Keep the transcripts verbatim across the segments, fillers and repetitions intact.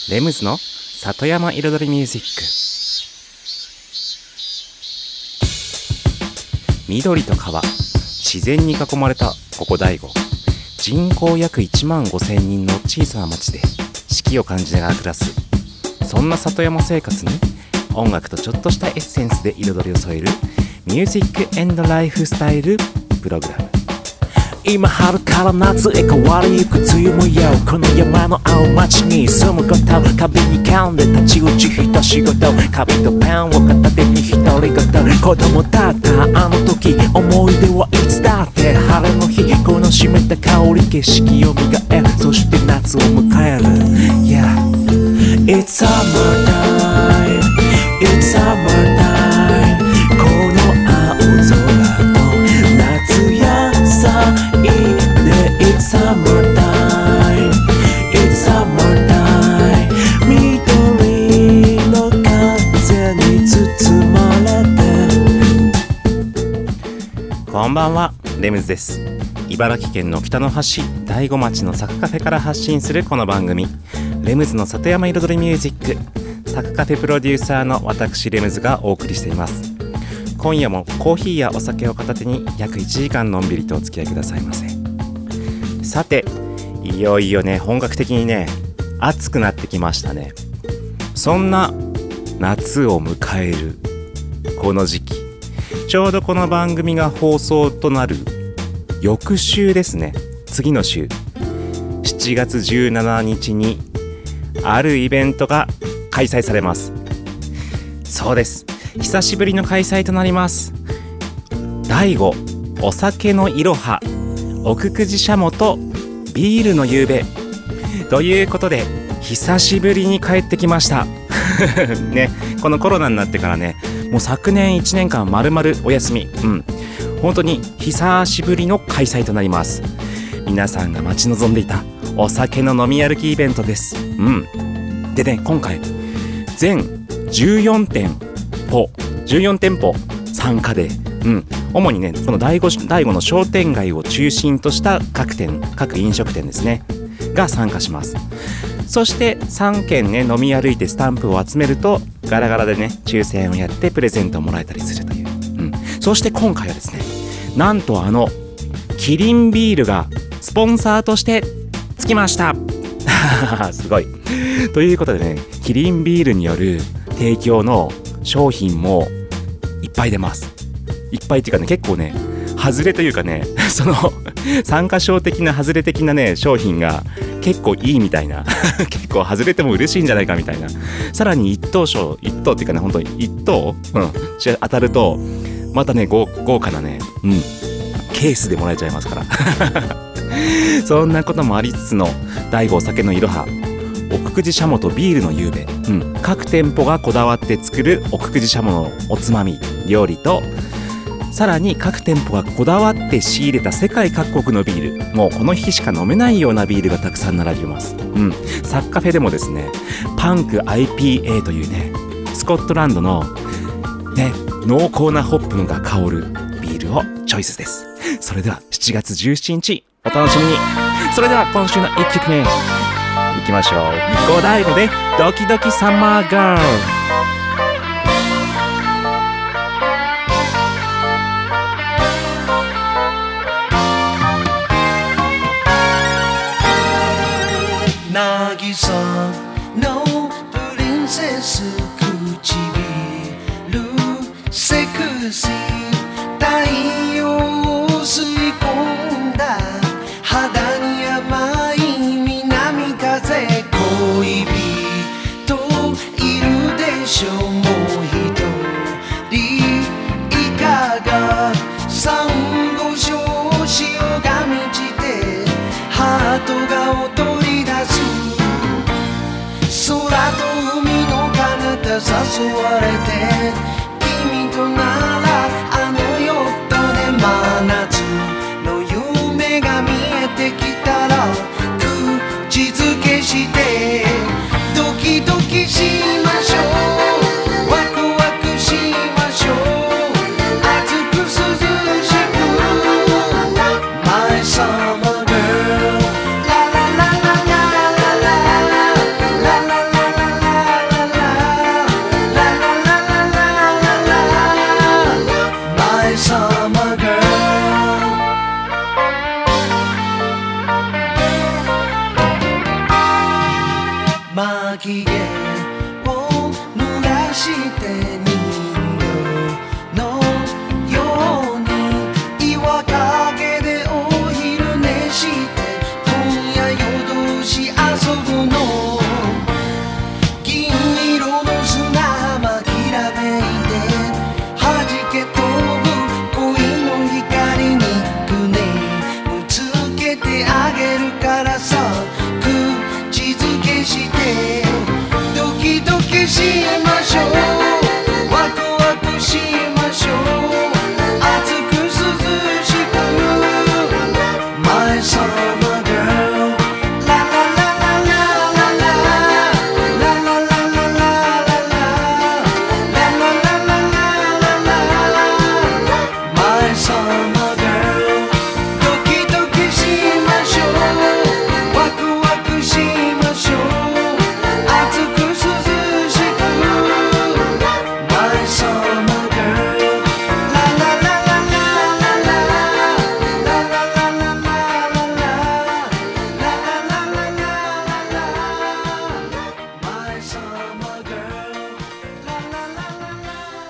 レムズの里山彩りミュージック。緑と川、自然に囲まれたここ大悟。人口約いちまんごせんにんの小さな町で四季を感じながら暮らす、そんな里山生活に音楽とちょっとしたエッセンスで彩りを添えるミュージック&ライフスタイルプログラム。 今春から夏へ変わりゆく梅雨模様、この山の青町に住むこと、壁に噛んで立ち打ち一仕事、紙とペンを片手に独り言、子供だったあの時、思い出はいつだって晴れの日、この湿った香り景色を磨え、そして夏を迎える。 Yeah It's summer time It's summer time この青空と夏野菜で It's summer time It's summer time 緑の風に包まれて。 こんばんは、レムズです。茨城県の北の端大子町のサクカフェから発信するこの番組、レムズの里山彩りミュージック。サクカフェプロデューサーの私レムズがお送りしています。今夜もコーヒーやお酒を片手に約いちじかんのんびりとお付き合いくださいませ。さて、いよいよね、本格的にね、暑くなってきましたね。そんな夏を迎えるこの時期、ちょうどこの番組が放送となる翌週ですね、次の週しちがつじゅうしちにちにあるイベントが開催されます。そうです、久しぶりの開催となります。大悟お酒のいろは奥久慈しゃもとビールの夕べということで、久しぶりに帰ってきましたね、このコロナになってからね、もう昨年いちねんかんまるまるお休み。うん本当に久しぶりの開催となります。皆さんが待ち望んでいたお酒の飲み歩きイベントです。うんでね、今回全じゅうよんてんぽじゅうよんてんぽ参加で、うん主にね、この第五第五の商店街を中心とした各店各飲食店ですねが参加します。そしてさんけんね、飲み歩いてスタンプを集めるとガラガラでね、抽選をやってプレゼントをもらえたりするという。うんそして今回はですね、なんとあのキリンビールがスポンサーとしてつきましたすごいということでね、キリンビールによる提供の商品もいっぱい出ます。いっぱいっていうかね、結構ね、外れというかね、その参加賞的な外れ的なね、商品が結構いいみたいな結構外れても嬉しいんじゃないかみたいな。さらに一等賞、一等っていうかね、本当に一等、うん、当たるとまたね、豪, 豪華なね、うん、ケースでもらえちゃいますからそんなこともありつつの大悟お酒のいろは奥久慈しゃもとビールの夕べ、うん、各店舗がこだわって作る奥久慈しゃものおつまみ料理と、さらに各店舗がこだわって仕入れた世界各国のビール、もうこの日しか飲めないようなビールがたくさん並びます。うん、サッカフェでもですね、パンク アイピーエー というね、スコットランドのね、濃厚なホップが香るビールをチョイスです。それではしちがつじゅうしちにちお楽しみに。それでは今週のいっきょくめいいきましょう。ゴダイゴでドキドキサマーガール。 渚のプリンセス唇セクシー、太陽を吸い込んだ肌に甘い南風、恋人いるでしょう、もう一人いかが、サンゴ礁潮が満ちてハートが踊り出す、空と海の彼方誘われて、君とならあのヨットで真夏の夢が見えてきたら、口づけしてドキドキしましょう、ワクワクしましょう、熱く涼しく My summer girl ララララララララララララき毛を濡らして人形のように岩陰でお昼寝して今夜夜通し遊ぶの銀色の砂浜きらめいて弾け飛ぶ恋の光にくねむつけてあげるからさ口づけしてドキドキしましょうワクワクしましょう熱く涼しく My summer girl La la la la la la la La la la la la la la La la la la la la la My summer girl ドキドキしましょうワクワクしましょう熱く涼しく My summer girl La la la la la la la La la la la la la la La la la la la la My summer girl La la la la la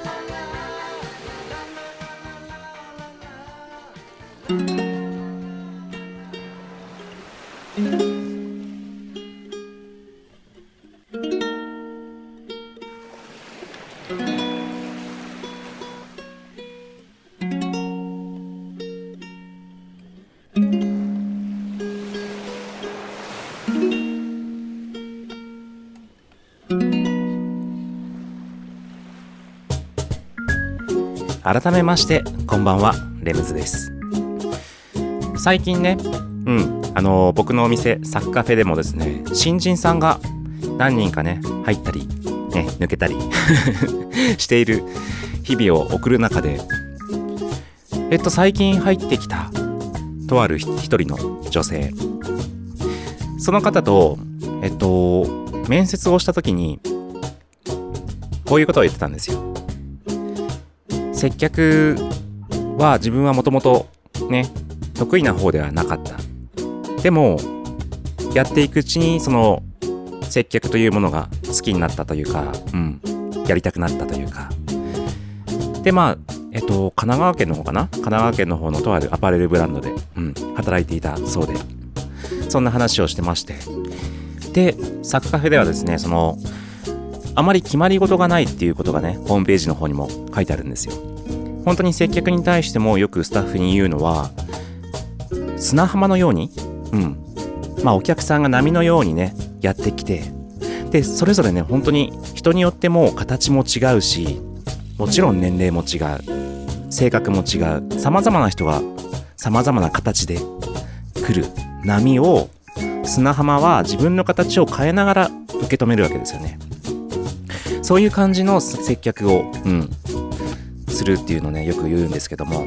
改めましてこんばんは、レムズです。最近ね、うんあのー、僕のお店サクカフェでもですね、新人さんが何人かね入ったりね抜けたりしている日々を送る中で、えっと最近入ってきたとある一人の女性、その方とえっと面接をした時にこういうことを言ってたんですよ。接客は自分はもともとね得意な方ではなかった。でもやっていくうちにその接客というものが好きになったというか、うん、やりたくなったというか。でまあえっと神奈川県の方かな神奈川県の方のとあるアパレルブランドで、うん、働いていたそうで、そんな話をしてまして、でサクカフェではですね、そのあまり決まり事がないっていうことがねホームページの方にも書いてあるんですよ。本当に接客に対してもよくスタッフに言うのは、砂浜のように、うんまあお客さんが波のようにねやってきて、でそれぞれね本当に人によっても形も違うし、もちろん年齢も違う、性格も違う、様々な人が様々な形で来る波を砂浜は自分の形を変えながら受け止めるわけですよね。そういう感じの接客を、うん、するっていうのをねよく言うんですけども、うん、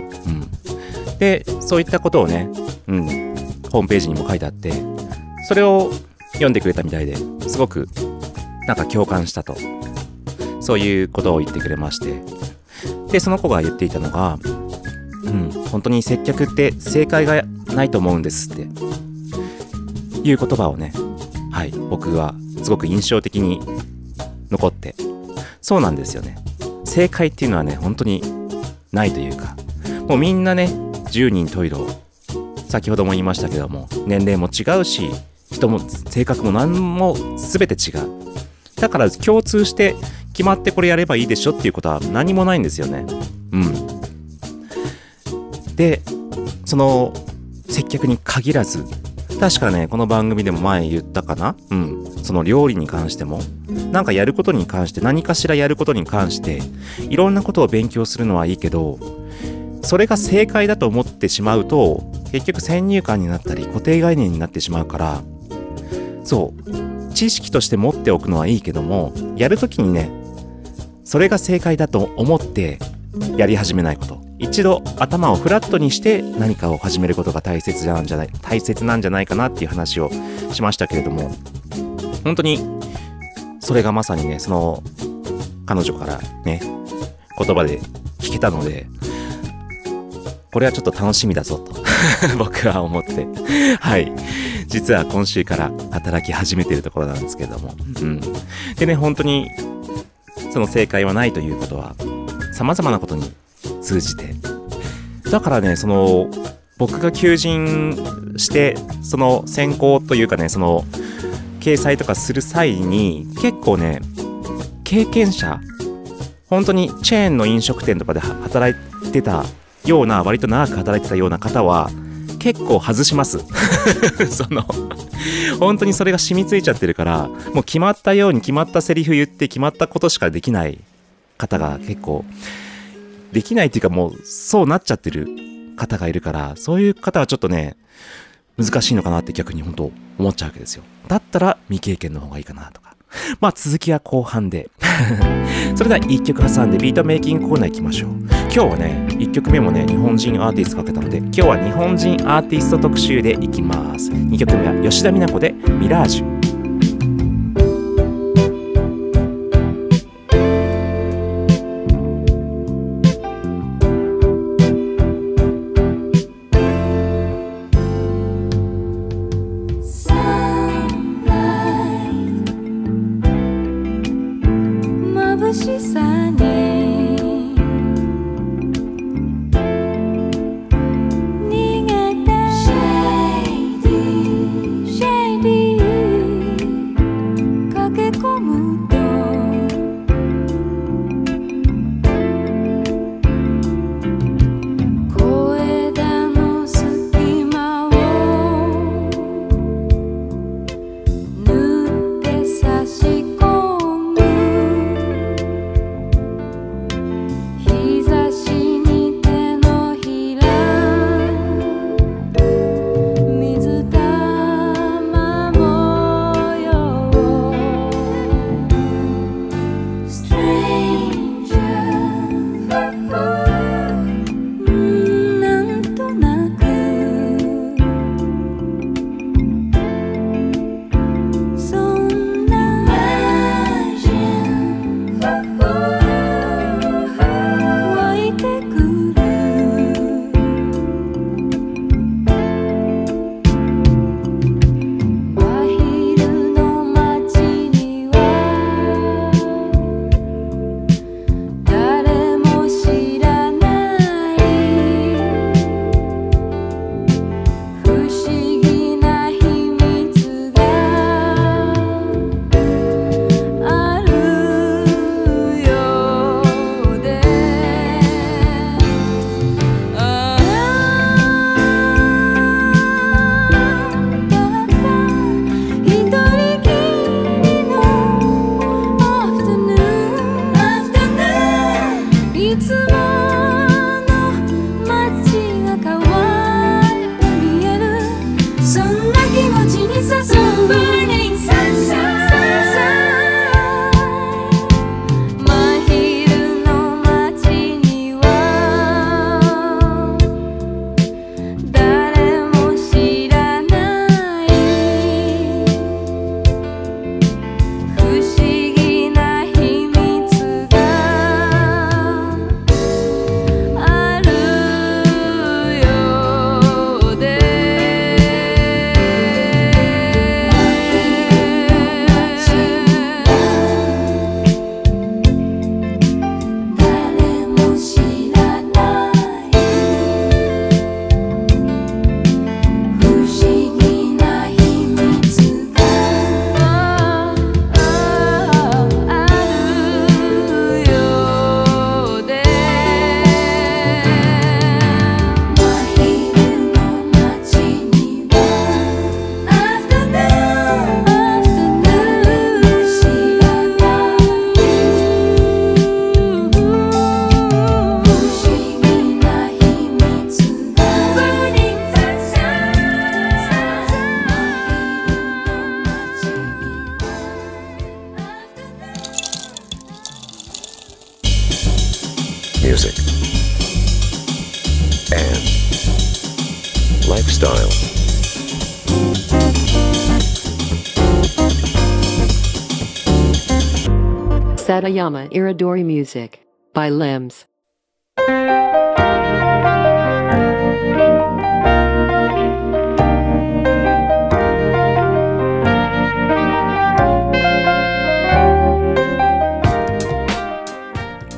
でそういったことをね、うん、ホームページにも書いてあって、それを読んでくれたみたいで、すごくなんか共感したと、そういうことを言ってくれまして、でその子が言っていたのが、うん、本当に接客って正解がないと思うんですっていう言葉をね、はい、僕はすごく印象的に残って、そうなんですよね。正解っていうのはね本当にないというか、もうみんなね十人十色、先ほども言いましたけども年齢も違うし、人も性格も何も全て違う。だから共通して決まってこれやればいいでしょっていうことは何もないんですよね。うんでその接客に限らず、確かねこの番組でも前言ったかな、うん、その料理に関しても、なんかやることに関して、何かしらやることに関していろんなことを勉強するのはいいけど、それが正解だと思ってしまうと結局先入観になったり固定概念になってしまうから、そう知識として持っておくのはいいけども、やるときにねそれが正解だと思ってやり始めないこと、一度頭をフラットにして何かを始めることが大切なんじゃない大切なんじゃないかなっていう話をしましたけれども、本当にそれがまさにねその彼女からね言葉で聞けたので、これはちょっと楽しみだぞと僕は思って、はい、 実は今週から働き始めているところなんですけれども、うん、でね、本当にその正解はないということは様々なことに通じて、だからね、その僕が求人してその選考というかね、その掲載とかする際に結構ね、経験者、本当にチェーンの飲食店とかで働いてたような、割と長く働いてたような方は結構外しますその本当にそれが染みついちゃってるから、もう決まったように決まったセリフ言って決まったことしかできない方が結構できないっていうか、もうそうなっちゃってる方がいるから、そういう方はちょっとね難しいのかなって逆に本当思っちゃうわけですよ。だったら未経験の方がいいかなとか。まあ続きは後半でそれではいっきょく挟んでビートメイキングコーナー行きましょう。今日はね、いっきょくめもね日本人アーティストかけたので、今日は日本人アーティスト特集でいきます。にきょくめは吉田美奈子でミラージュ。 music, and lifestyle. Satayama Iridori Music by Lems.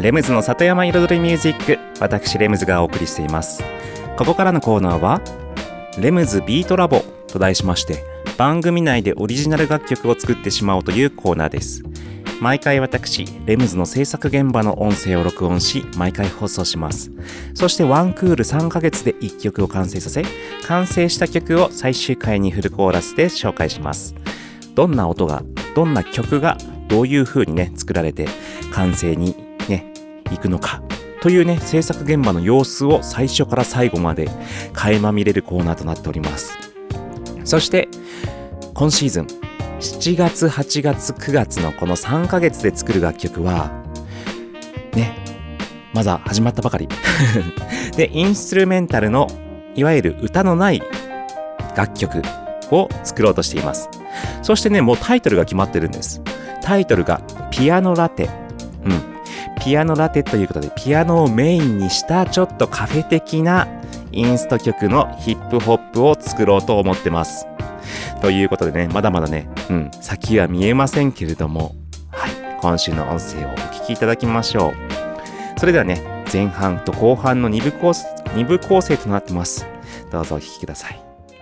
レムズの里山彩りミュージック、私レムズがお送りしています。ここからのコーナーはレムズビートラボと題しまして、番組内でオリジナル楽曲を作ってしまおうというコーナーです。毎回私レムズの制作現場の音声を録音し、毎回放送します。そしてワンクールさんかげつでいっきょくを完成させ、完成した曲を最終回にフルコーラスで紹介します。どんな音が、どんな曲がどういう風にね作られて完成にねいくのかというね、制作現場の様子を最初から最後まで垣間見れるコーナーとなっております。そして今シーズンしちがつ、はちがつ、くがつのこのさんかげつで作る楽曲はね、まだ始まったばかりで、インストゥルメンタルのいわゆる歌のない楽曲を作ろうとしています。そしてね、もうタイトルが決まってるんです。タイトルがピアノラテ。うん。ピアノラテということで、ピアノをメインにしたちょっとカフェ的なインスト曲のヒップホップを作ろうと思ってます。ということでね、まだまだね、うん、先は見えませんけれども、はい、今週の音声をお聞きいただきましょう。それではね、前半と後半のに部構成、に部構成となってます。どうぞお聞きください。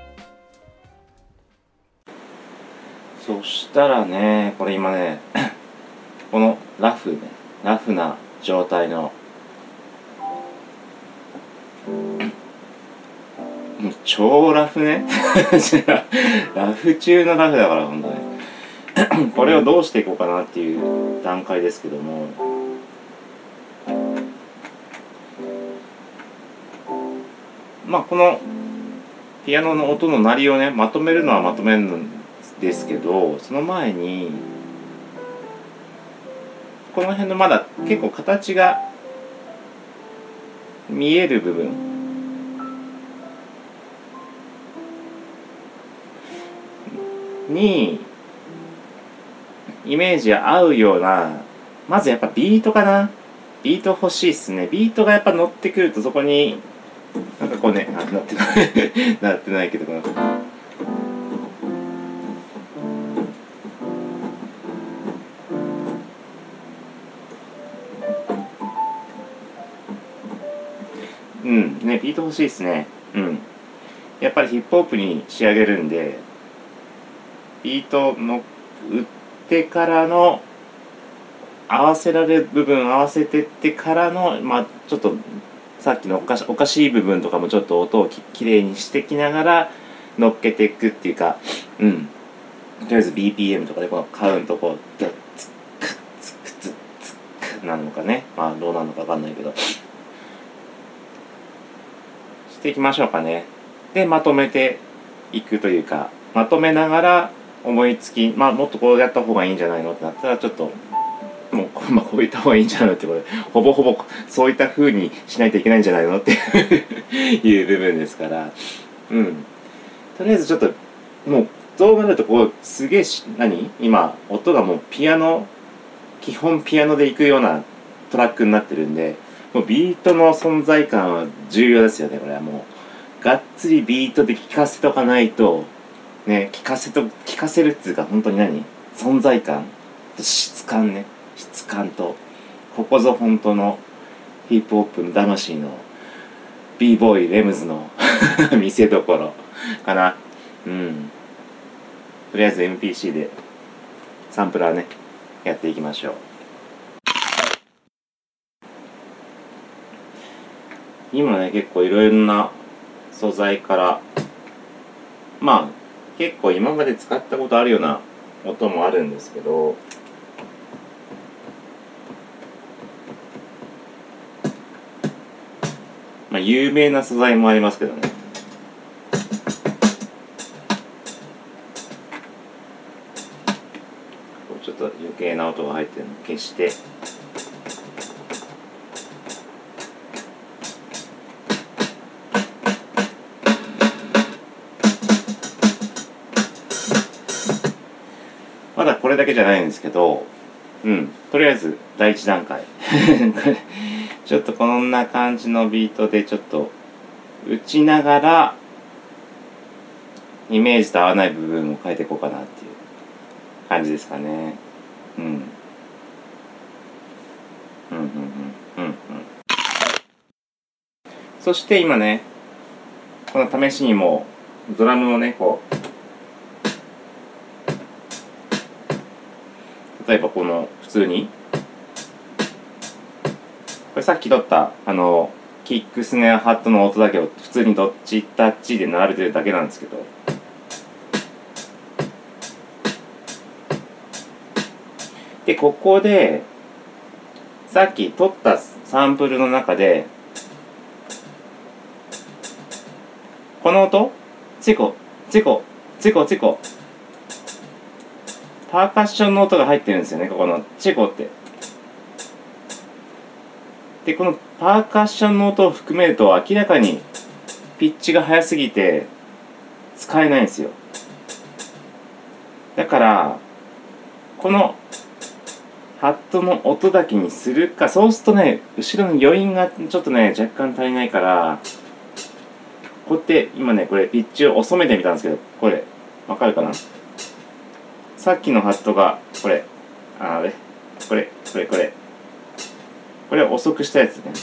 そしたらね、これ今ね、このラフね、ラフな状態の超ラフねラフ中のラフだから本当にこれをどうしていこうかなっていう段階ですけども、まあこのピアノの音の鳴りをねまとめるのはまとめるんですけど、その前にこの辺のまだ結構形が見える部分にイメージが合うような、まずやっぱビートかな。ビート欲しいっすね。ビートがやっぱ乗ってくると、そこになんかこうね、あ、なってないなってないけど、このうんね、ビート欲しいですね。うん。やっぱりヒップホップに仕上げるんで、ビートの打ってからの合わせられる部分合わせてってからの、まあちょっとさっきのおかし、おかしい部分とかもちょっと音をききれいにしてきながら乗っけていくっていうか、うん。とりあえず ビーピーエム とかでこのカウントこうドッツックッツクツッツックなのかね、まあどうなのかわかんないけどしていきましょうかね。でまとめていくというか、まとめながら思いつき、まあもっとこうやった方がいいんじゃないのってなったらちょっともう、まあ、こういった方がいいんじゃないのってことで、ほぼほぼそういった風にしないといけないんじゃないのっていう部分ですから、うん。とりあえずちょっともうどうなるとこうすげえし何今音がもうピアノ基本ピアノでいくようなトラックになってるんで、もうビートの存在感は重要ですよね。これはもうがっつりビートで聴かせとかないとね、聴かせと聴かせるっていうか、本当に何存在感と質感ね、質感とここぞ本当のヒップホップの魂の b ボーイレムズの見せどころかな。うん。とりあえず エムピーシー でサンプラーねやっていきましょう。今ね結構いろいろな素材からまあ結構今まで使ったことあるような音もあるんですけど、まあ有名な素材もありますけどね。ちょっと余計な音が入ってるのを消して、まだこれだけじゃないんですけど、うん、とりあえず第一段階ちょっとこんな感じのビートでちょっと打ちながらイメージと合わない部分を変えていこうかなっていう感じですかね。うん。うんうんうん。 そして今ね、この試しにもドラムをね、こう例えばこの普通にこれさっき撮ったあのキックスネアハットの音だけを普通にどっちタッチで並べてるだけなんですけど、でここでさっき撮ったサンプルの中でこの音チコチコチコチコパーカッションの音が入ってるんですよね、ここのチコって。でこのパーカッションの音を含めると明らかにピッチが速すぎて使えないんですよ。だからこのハットの音だけにするか、そうするとね後ろの余韻がちょっとね若干足りないから、こうやって今ねこれピッチを遅めてみたんですけど、これわかるかな。さっきのハットがこれあれこれこれこれこれ遅くしたやつね。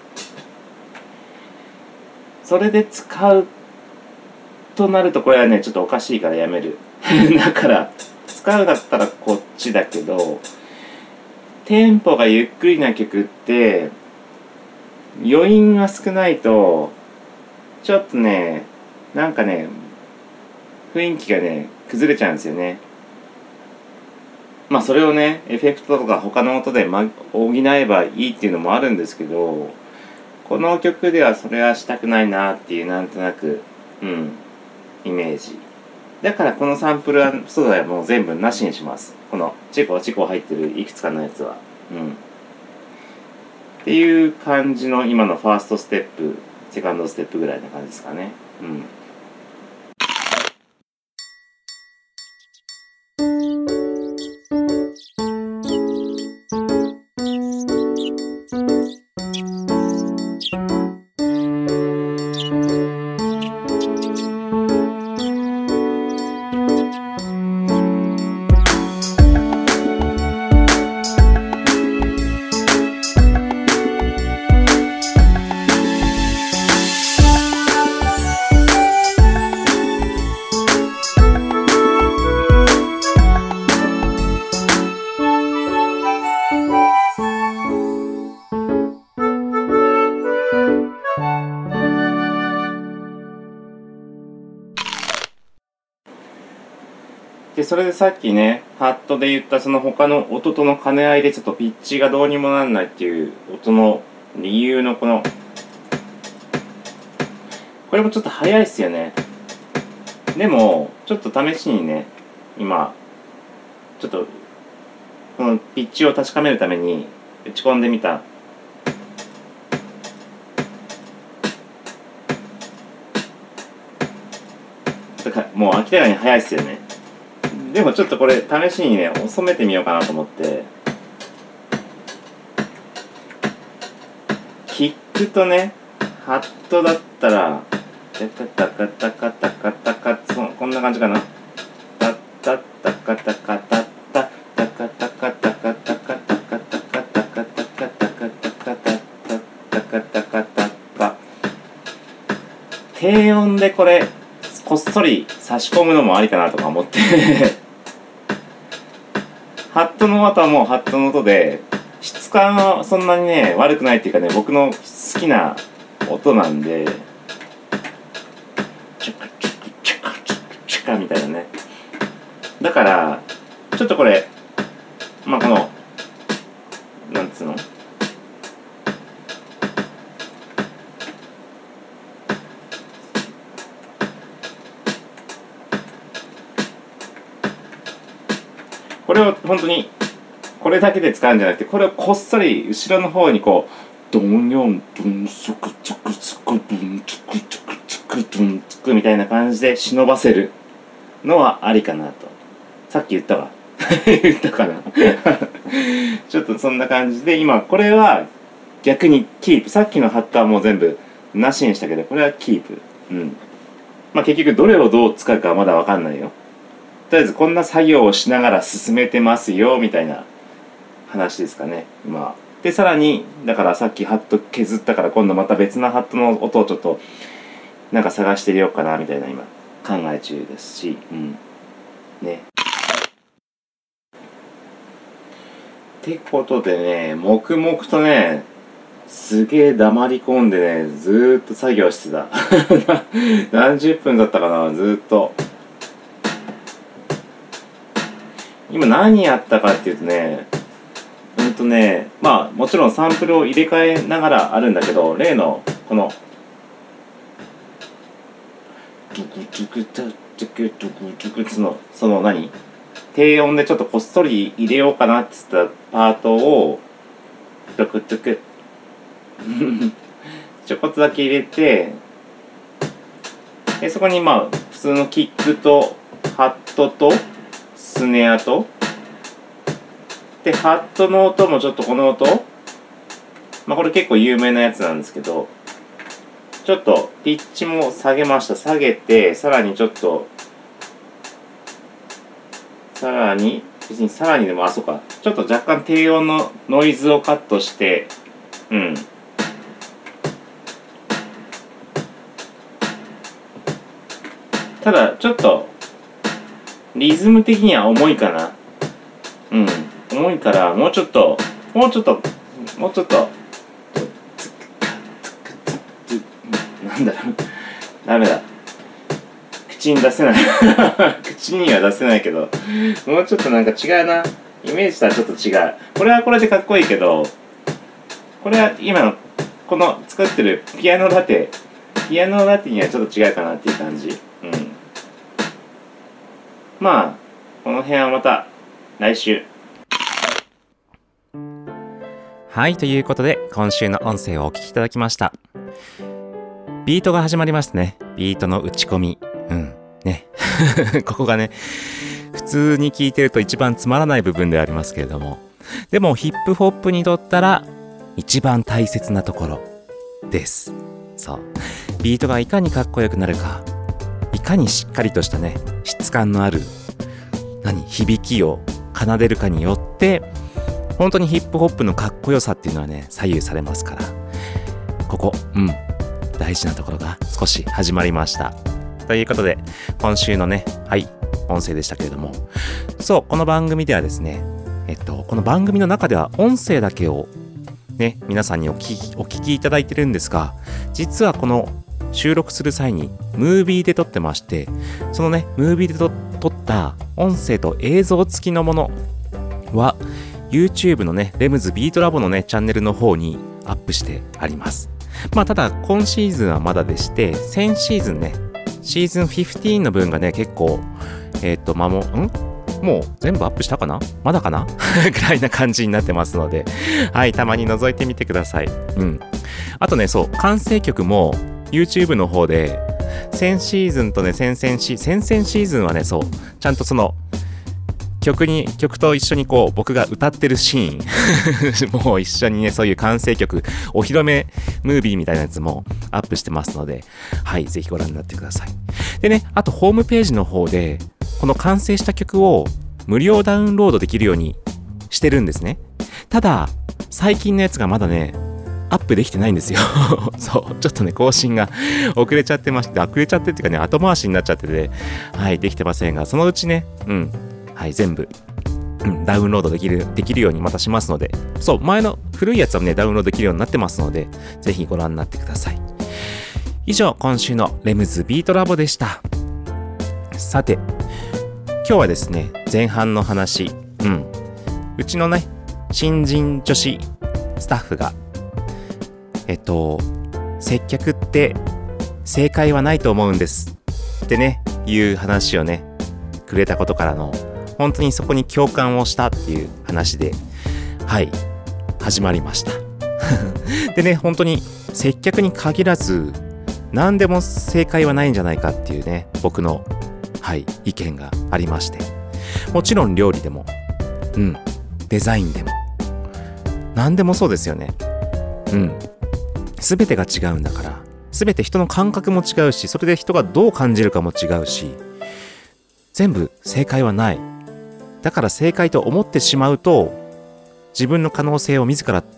それで使うとなるとこれはねちょっとおかしいからやめるだから使うだったらこっちだけど、テンポがゆっくりな曲って余韻が少ないとちょっとねなんかね雰囲気がね崩れちゃうんですよね。まあそれをねエフェクトとか他の音で、ま、補えばいいっていうのもあるんですけど、この曲ではそれはしたくないなっていうなんとなくうんイメージだから、このサンプルはそうだよもう全部なしにします。このチコチコ入ってるいくつかのやつはうんっていう感じの今のファーストステップセカンドステップぐらいな感じですかね。うんでそれでさっきねハットで言ったその他の音との兼ね合いでちょっとピッチがどうにもなんないっていう音の理由のこのこれもちょっと早いっすよね。でもちょっと試しにね今ちょっとこのピッチを確かめるために打ち込んでみた。もう明らかに早いっすよね。でもちょっとこれ試しにね遅めてみようかなと思って、キックとねハットだったらタカタカタカタカタカそこんな感じかな。タタタカタカタタタカタカタカタカタカタカタカタカタカタカタカタカタカ低音でこれこっそり差し込むのもありかなとか思ってハットの音はもうハットの音で質感はそんなにね悪くないっていうかね、僕の好きな音なんでチュカチュカチュカチュカチュカみたいなね。だからちょっとこれまあこのなんつうのこれを本当にこれだけで使うんじゃなくて、これをこっそり後ろの方にこうドンヨンドンソクチョクチョクドンチョクチョクチョクドンチョクみたいな感じで忍ばせるのはありかなと。さっき言ったわ言ったかなちょっとそんな感じで今これは逆にキープ。さっきのハットはもう全部なしにしたけど、これはキープ。うんまあ結局どれをどう使うかはまだ分かんないよ。とりあえずこんな作業をしながら進めてますよみたいな話ですかね今。っでさらにだからさっきハット削ったから今度また別なハットの音をちょっとなんか探してみようかなみたいな今考え中ですし、うんね。ってことでね、黙々とねすげえ黙り込んでねずーっと作業してた何十分だったかな、ずーっと。今何やったかっていうとねうんとねまあもちろんサンプルを入れ替えながらあるんだけど、例のこのドゥクドゥクドゥクドゥクドゥクそのその何低音でちょっとこっそり入れようかなって言ったパートをドゥクドゥクちょこっとだけ入れて、でそこにまあ普通のキックとハットとスネアとでハットの音もちょっとこの音、まあこれ結構有名なやつなんですけど、ちょっとピッチも下げました。下げてさらにちょっとさらに別にさらにでもあそうかちょっと若干低音のノイズをカットしてうんただちょっとリズム的には重いかな。うん重いからもうちょっともうちょっともうちょっとなんだろうダメだ口に出せない口には出せないけどもうちょっとなんか違うな、イメージとはちょっと違う。これはこれでかっこいいけどこれは今のこの作ってるピアノラテピアノラテにはちょっと違うかなっていう感じ。うんまあこの辺はまた来週。 はい、ということで今週の音声をお聞きいただきました。ビートが始まりましたね。ビートの打ち込みうんねここがね普通に聞いてると一番つまらない部分でありますけれども、でもヒップホップにとったら一番大切なところです。そうビートがいかにかっこよくなるか、いかにしっかりとしたね質感のある何響きを奏でるかによって本当にヒップホップのかっこよさっていうのはね左右されますから、ここうん大事なところが少し始まりました。ということで今週のねはい音声でしたけれども、そうこの番組ではですねえっとこの番組の中では音声だけをね皆さんにお聞きお聞きいただいてるんですが、実はこの収録する際にムービーで撮ってまして、そのねムービーで撮った音声と映像付きのものは YouTube のねレムズビートラボのねチャンネルの方にアップしてあります。まあただ今シーズンはまだでして、先シーズンねシーズンじゅうごの分がね結構えっとまもんもう全部アップしたかなまだかなぐらいな感じになってますので、はいたまに覗いてみてください。うんあとねそう完成曲も YouTube の方で先シーズンとね先々シー先々シーズンはねそうちゃんとその曲に曲と一緒にこう僕が歌ってるシーンもう一緒にねそういう完成曲お披露目ムービーみたいなやつもアップしてますので、はいぜひご覧になってください。でねあとホームページの方でこの完成した曲を無料ダウンロードできるようにしてるんですね。ただ最近のやつがまだねアップできてないんですよそうちょっとね更新が遅れちゃってまして、遅れちゃってっていうかね後回しになっちゃってて、はいできてませんが、そのうちねうんはい全部、うん、ダウンロードできるできるようにまたしますので、そう前の古いやつはねダウンロードできるようになってますので、ぜひご覧になってください。以上今週のレムズビートラボでした。さて今日はですね前半の話、うんうちのね新人女子スタッフがえっと接客って正解はないと思うんですってねいう話をねくれたことからの本当にそこに共感をしたっていう話ではい始まりましたでね本当に接客に限らず何でも正解はないんじゃないかっていうね僕のはい意見がありまして、もちろん料理でもうんデザインでも何でもそうですよね。うん全てが違うんだから、全て人の感覚も違うし、それで人がどう感じるかも違うし、全部正解はない。だから正解と思ってしまうと自分の可能性を自ら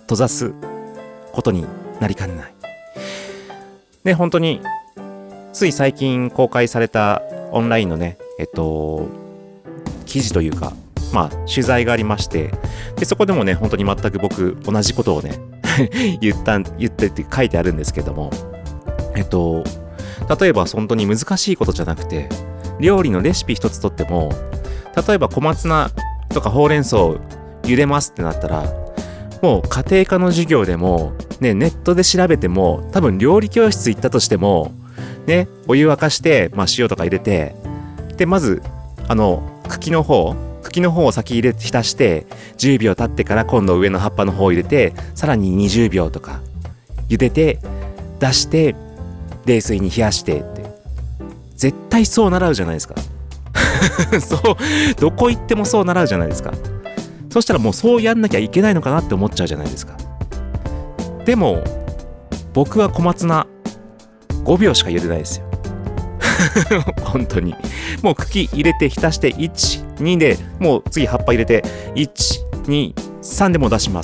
閉ざすことになりかねない。で、本当につい最近公開されたオンラインのね、えっと記事というか、まあ取材がありまして、でそこでもね、本当に全く僕同じことをね言った言ってって書いてあるんですけども、えっと例えば本当に難しいことじゃなくて、料理のレシピ一つとっても、例えば小松菜とかほうれん草を茹でますってなったら、もう家庭科の授業でも、ね、ネットで調べても、多分料理教室行ったとしても、ね、お湯沸かして、まあ塩とか入れて、で、まず、あの、茎の方、茎の方を先入れて浸して、じゅうびょう経ってから今度上の葉っぱの方を入れて、さらににじゅうびょうとか、茹でて、出して、冷水に冷やしてって。絶対そう習うじゃないですか。そう、どこ行ってもそう習うじゃないですか。そしたらもうそうやんなきゃいけないのかなって思っちゃうじゃないですか。でも僕は小松菜ごびょうしか茹でないですよ。本当にもう茎入れて浸していち、にでもう次葉っぱ入れていち、に、さんでもう出します。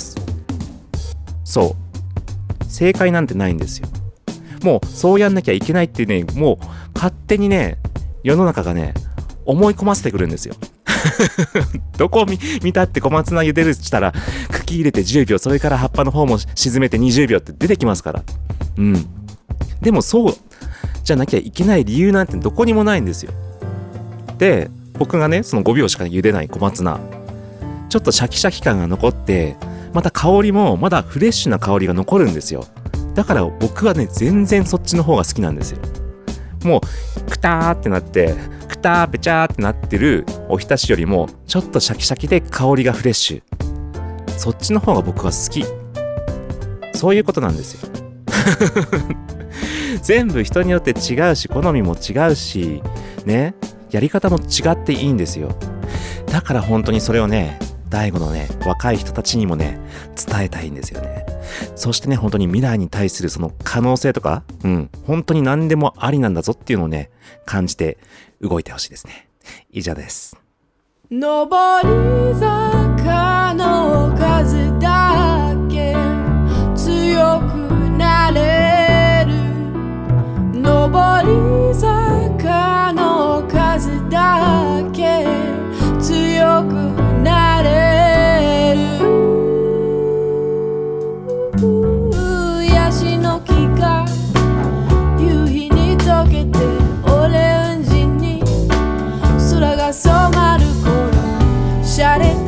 そう正解なんてないんですよ。もうそうやんなきゃいけないってね、もう勝手にね、世の中がね思い込ませてくるんですよ。どこを 見, 見たって小松菜茹でるしたら茎入れてじゅうびょう、それから葉っぱの方も沈めてにじゅうびょうって出てきますから。うん。でもそうじゃなきゃいけない理由なんてどこにもないんですよ。で、僕がねそのごびょうしか茹でない小松菜、ちょっとシャキシャキ感が残って、また香りもまだフレッシュな香りが残るんですよ。だから僕はね全然そっちの方が好きなんですよ。もうクターってなってクターペチャーってなってるおひたしよりもちょっとシャキシャキで香りがフレッシュ、そっちの方が僕は好き。そういうことなんですよ。全部人によって違うし、好みも違うしね、やり方も違っていいんですよ。だから本当にそれをね、大悟のね若い人たちにもね伝えたいんですよね。そしてね、本当に未来に対するその可能性とか、うん、本当に何でもありなんだぞっていうのをね感じて動いてほしいですね。以上です。 上り坂の数だけ強くなれる、上り坂の数だけ強くなれる、ヤシの木が夕日に溶けてオレンジに空が染まる頃、シャレ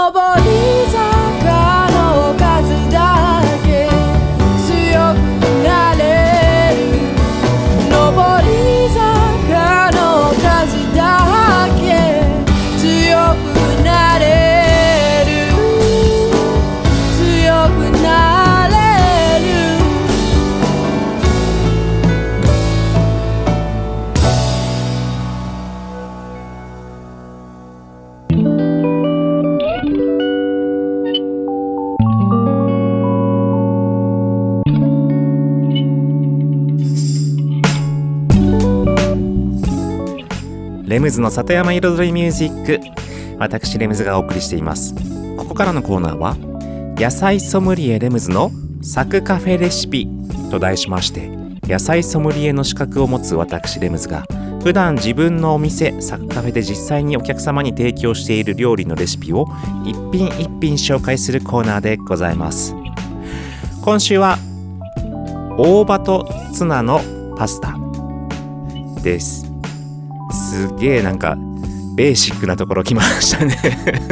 上り坂の数だけ強くなれる上り坂の数だけ強くなれる強くなれるレムズの里山彩りミュージック、私レムズがお送りしています。ここからのコーナーは野菜ソムリエレムズのサクカフェレシピと題しまして、野菜ソムリエの資格を持つ私レムズが普段自分のお店サクカフェで実際にお客様に提供している料理のレシピを一品一品紹介するコーナーでございます。今週は大葉とツナのパスタです。すげえなんかベーシックなところ来ましたね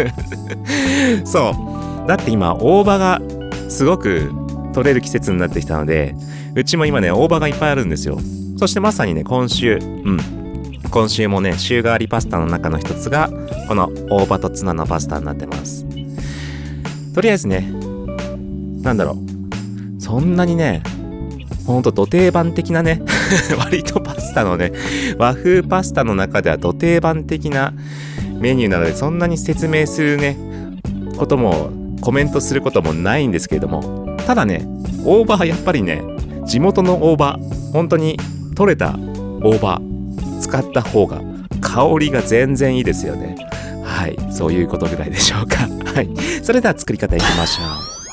そうだって今大葉がすごく取れる季節になってきたので、うちも今ね大葉がいっぱいあるんですよ。そしてまさにね今週うん今週もね週替わりパスタの中の一つがこの大葉とツナのパスタになってます。とりあえずね、なんだろう、そんなにねほんとド定番的なね割とパスタのね和風パスタの中ではド定番的なメニューなので、そんなに説明するねこともコメントすることもないんですけれども、ただね大葉はやっぱりね地元の大葉、本当に取れた大葉使った方が香りが全然いいですよね。はい、そういうことぐらいでしょうか。はい、それでは作り方いきましょう。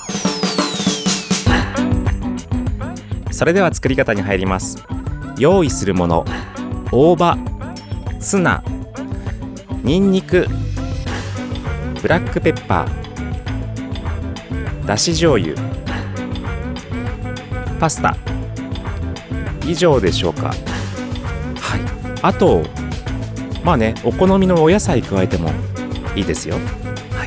それでは作り方に入ります。用意するもの、大葉、ツナ、ニンニク、ブラックペッパー、だし醤油、パスタ、以上でしょうか。はい、あとまあねお好みのお野菜加えてもいいですよ。はい、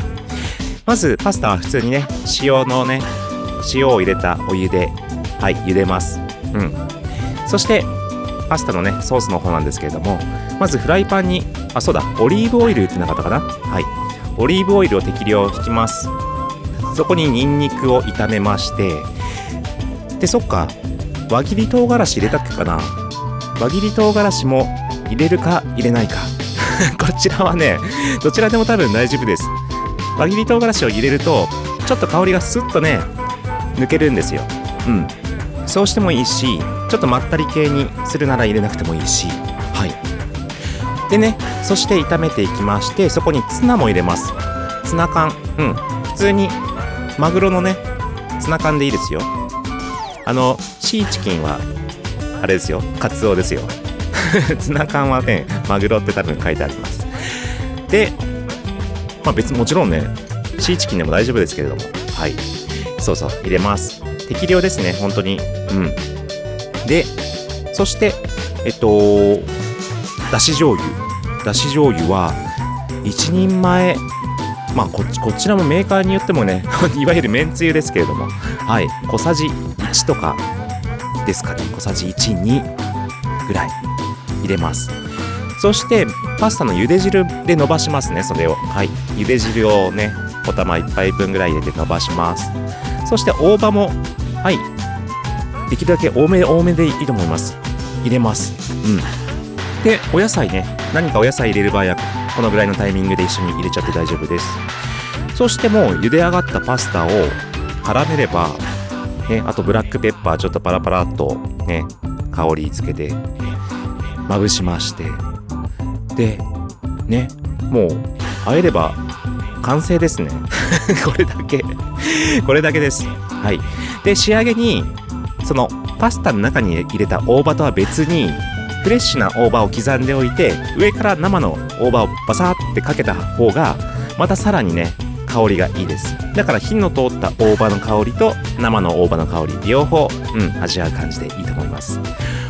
まずパスタは普通にね塩のね塩を入れたお湯ではい茹でます。うん。そしてパスタのねソースの方なんですけれども、まずフライパンにあそうだオリーブオイルってなかったかな。はい、オリーブオイルを適量引きます。そこにニンニクを炒めまして、でそっか輪切り唐辛子入れたっけかな。輪切り唐辛子も入れるか入れないかこちらはねどちらでも多分大丈夫です。輪切り唐辛子を入れるとちょっと香りがスッとね抜けるんですよ。うん、そうしてもいいし、ちょっとまったり系にするなら入れなくてもいいし、はい。でね、そして炒めていきまして、そこにツナも入れます。ツナ缶、うん、普通にマグロのねツナ缶でいいですよ。あのシーチキンはあれですよ、カツオですよツナ缶はねマグロって多分書いてあります。で、まあ別にもちろんねシーチキンでも大丈夫ですけれども、はい、そうそう入れます。適量ですね、本当に。うん。で、そしてえっとだし醤油。だし醤油はいちにんまえ、まあこっちこちらもメーカーによってもねいわゆるめんつゆですけれども、はい、小さじいちとかですかね、小さじいち、にぐらい入れます。そしてパスタの茹で汁で伸ばしますね、それを。はい、茹で汁をねお玉いっぱいぶんぐらい入れて伸ばします。そして大葉もはいできるだけ多め多めでいいと思います。入れます。うん。でお野菜ね、何かお野菜入れる場合はこのぐらいのタイミングで一緒に入れちゃって大丈夫です。そしてもう茹で上がったパスタを絡めればね、あとブラックペッパーちょっとパラパラっとね香りつけてまぶしまして、でねもう和えれば完成ですねこれだけこれだけです。はい。で仕上げにそのパスタの中に入れた大葉とは別にフレッシュな大葉を刻んでおいて、上から生の大葉をバサーってかけた方がまたさらにね香りがいいです。だから火の通った大葉の香りと生の大葉の香り両方、うん、味わう感じでいいと思います。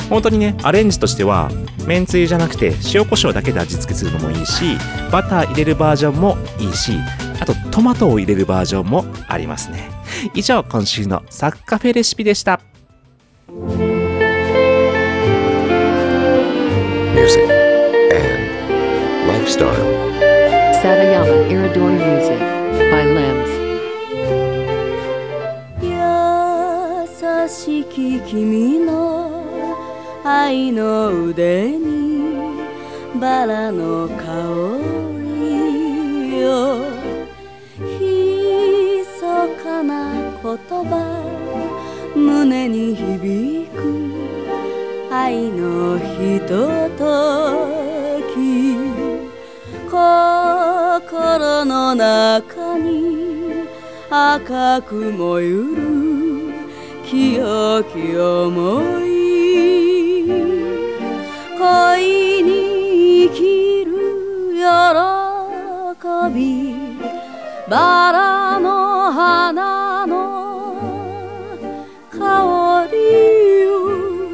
本当にねアレンジとしてはめんつゆじゃなくて塩コショウだけで味付けするのもいいし、バター入れるバージョンもいいし、あとトマトを入れるバージョンもありますね。以上、今週のサクカフェレシピでした。 Music and lifestyle. Satayama Iridori Music by Limbs. 優しき君の愛の腕にバラの香りよ、ひそかな言葉胸に響く愛のひととき、心の中に赤く燃ゆる清き想い、恋に生きる喜び、バラの花の香りよ、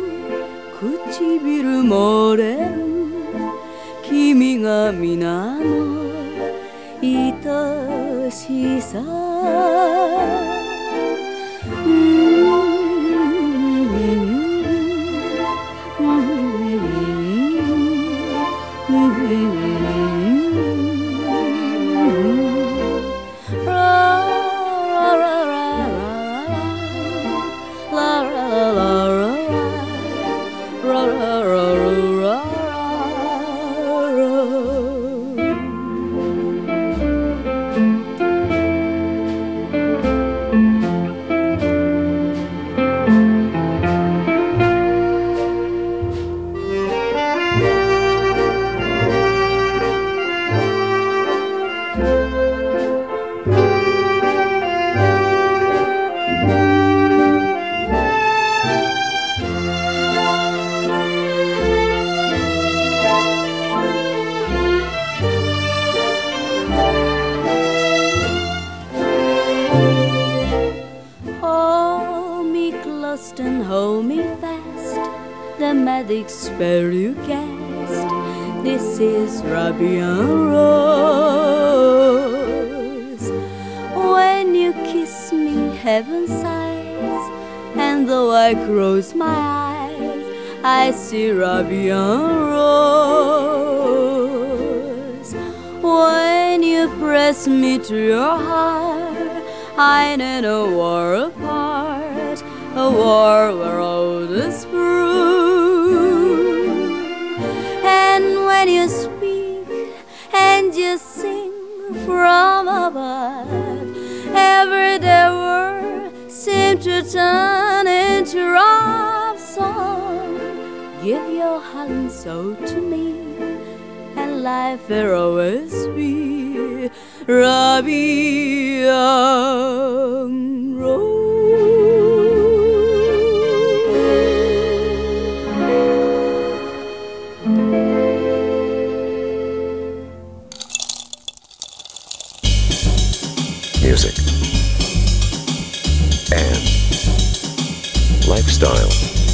唇漏れる君が皆の愛しさ、spell you cast. This is Rabian Rose. When you kiss me, heaven sighs, and though I close my eyes, I see Rabian Rose. When you press me to your heart, I know a war apart, a war where all is through. And when you speak and you sing from above, everyday words seem to turn into love song. Give your heart and soul to me, and life will always be Rabian Rose. Music and lifestyle.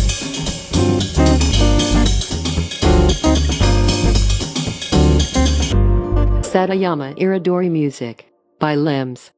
Satayama Iridori Music by Limbs.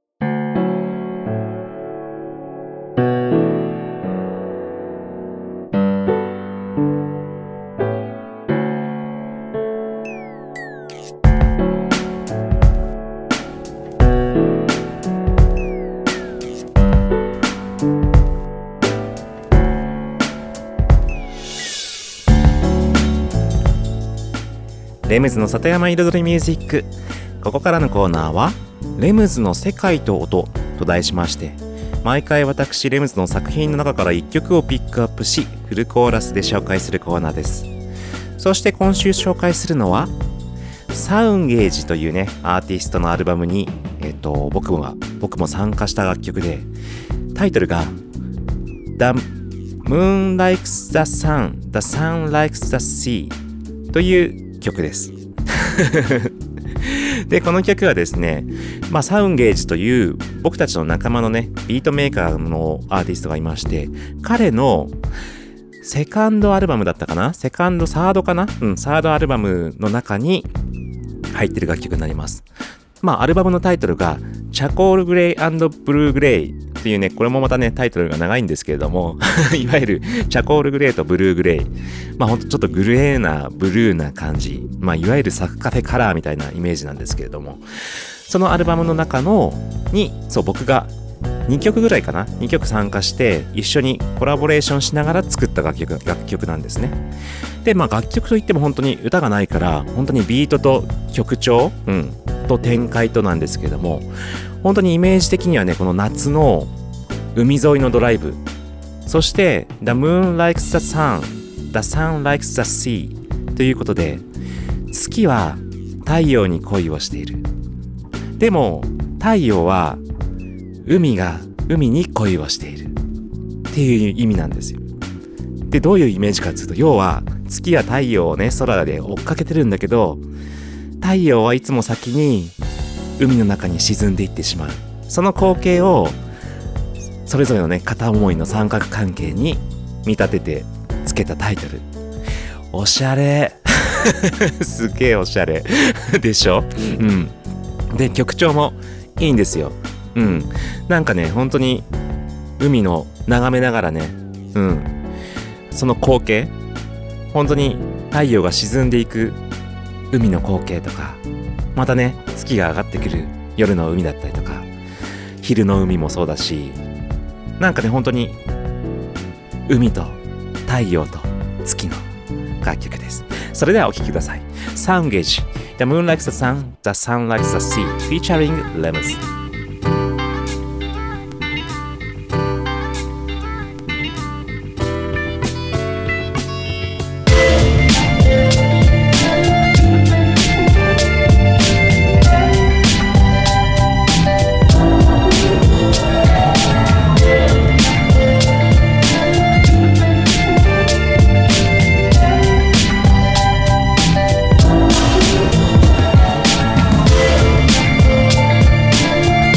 レムズの里山彩りミュージック。ここからのコーナーはレムズの世界と音と題しまして、毎回私レムズの作品の中からいっきょくをピックアップし、フルコーラスで紹介するコーナーです。そして今週紹介するのはサウンゲージというねアーティストのアルバムに、えっと、僕も僕も参加した楽曲で、タイトルが The Moon Likes the Sun, The Sun Likes the Sea という曲ですでこの曲はですね、まあ、サウンゲージという僕たちの仲間のねビートメーカーのアーティストがいまして、彼のセカンドアルバムだったかな、セカンドサードかな、うん、サードアルバムの中に入ってる楽曲になります。まあアルバムのタイトルがチャコールグレイ&ブルーグレイっていうね、これもまたねタイトルが長いんですけれどもいわゆるチャコールグレイとブルーグレイ、まあほんとちょっとグレーなブルーな感じ、まあいわゆるサクカフェカラーみたいなイメージなんですけれども、そのアルバムの中のにそう僕がにきょくぐらいかな、にきょく参加して一緒にコラボレーションしながら作った楽曲楽曲なんですね。でまあ楽曲といっても本当に歌がないから本当にビートと曲調、うん、と展開となんですけれども、本当にイメージ的にはねこの夏の海沿いのドライブ、そして The moon likes the sun, the sun likes the sea ということで、月は太陽に恋をしている、でも太陽は海が海に恋をしているっていう意味なんですよ。でどういうイメージかっていうと、要は月や太陽をね空で追っかけてるんだけど、太陽はいつも先に海の中に沈んでいってしまう、その光景をそれぞれのね片思いの三角関係に見立ててつけたタイトル。おしゃれすげえおしゃれでしょ。うんで曲調もいいんですよ。うん、なんかね本当に海の眺めながらね、うん、その光景、本当に太陽が沈んでいく海の光景とか、またね月が上がってくる夜の海だったりとか、昼の海もそうだし、なんかね本当に海と太陽と月の楽曲です。それではお聴きください。サウンゲージ The moon likes the sun, the sun likes the sea featuring Lemus。 「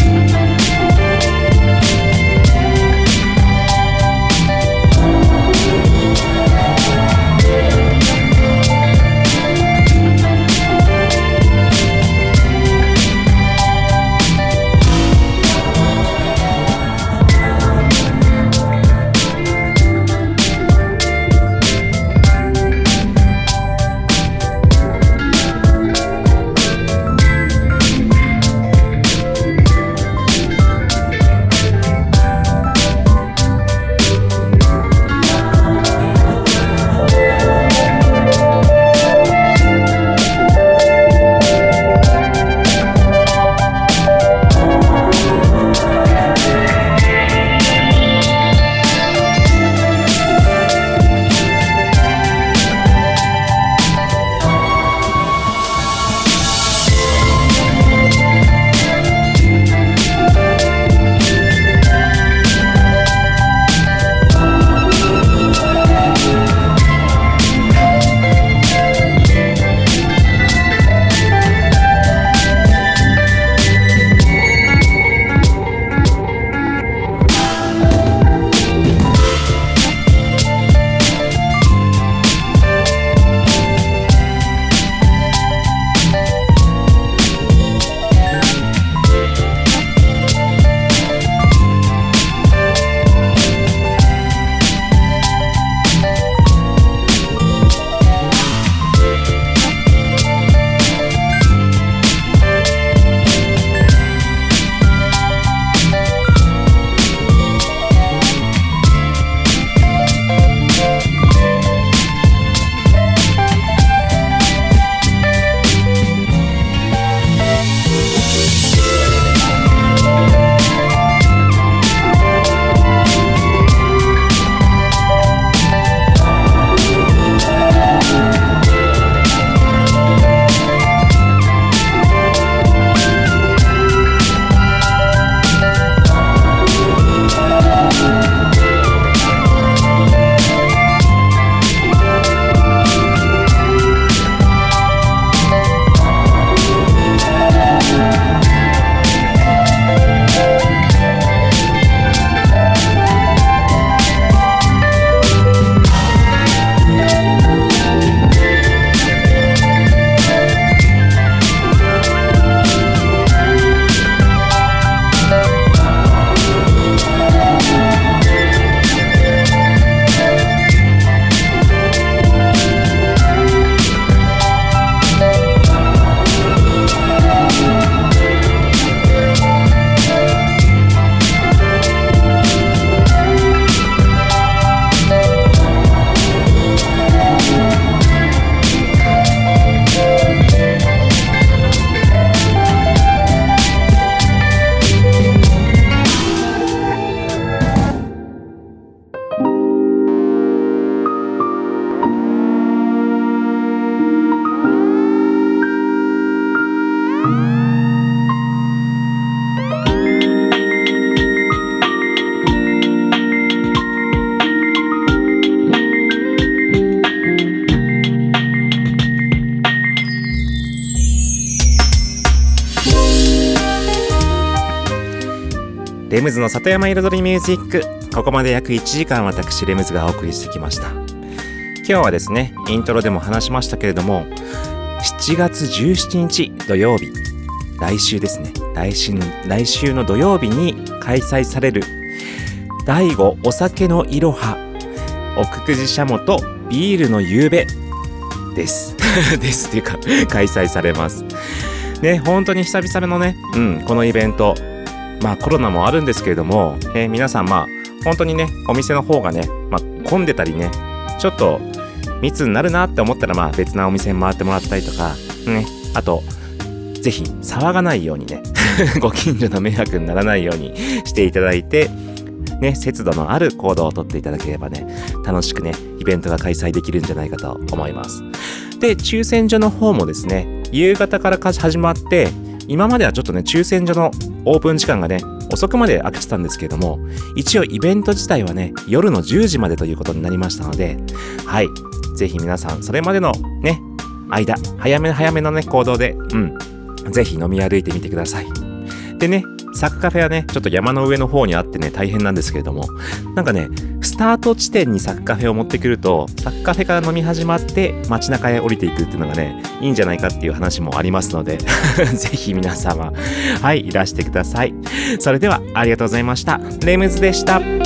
レムズの里山彩りミュージック、ここまで約いちじかん私レムズがお送りしてきました。今日はですね、イントロでも話しましたけれども、しちがつじゅうしちにち土曜日、来週ですね、来週の来週の土曜日に開催されるだいごお酒のいろは奥久慈しゃもとビールの夕べですですっていうか開催されますね。本当に久々のね、うん、このイベント、まあコロナもあるんですけれども、えー、皆さんまあ本当にね、お店の方がね、まあ、混んでたりね、ちょっと密になるなって思ったら、まあ別なお店に回ってもらったりとかね、あとぜひ騒がないようにねご近所の迷惑にならないようにしていただいてね、節度のある行動をとっていただければね、楽しくねイベントが開催できるんじゃないかと思います。で、抽選所の方もですね、夕方から始まって、今まではちょっとね抽選所のオープン時間がね遅くまで開けてたんですけれども、一応イベント自体はね夜のじゅうじまでということになりましたので、はい、ぜひ皆さんそれまでのね間、早め早めのね行動で、うんぜひ飲み歩いてみてください。でね、サクカフェはねちょっと山の上の方にあってね大変なんですけれども、なんかねスタート地点にサクカフェを持ってくると、サクカフェから飲み始まって街中へ降りていくっていうのがねいいんじゃないかっていう話もありますのでぜひ皆様はいいらしてください。それではありがとうございました。レムズでした。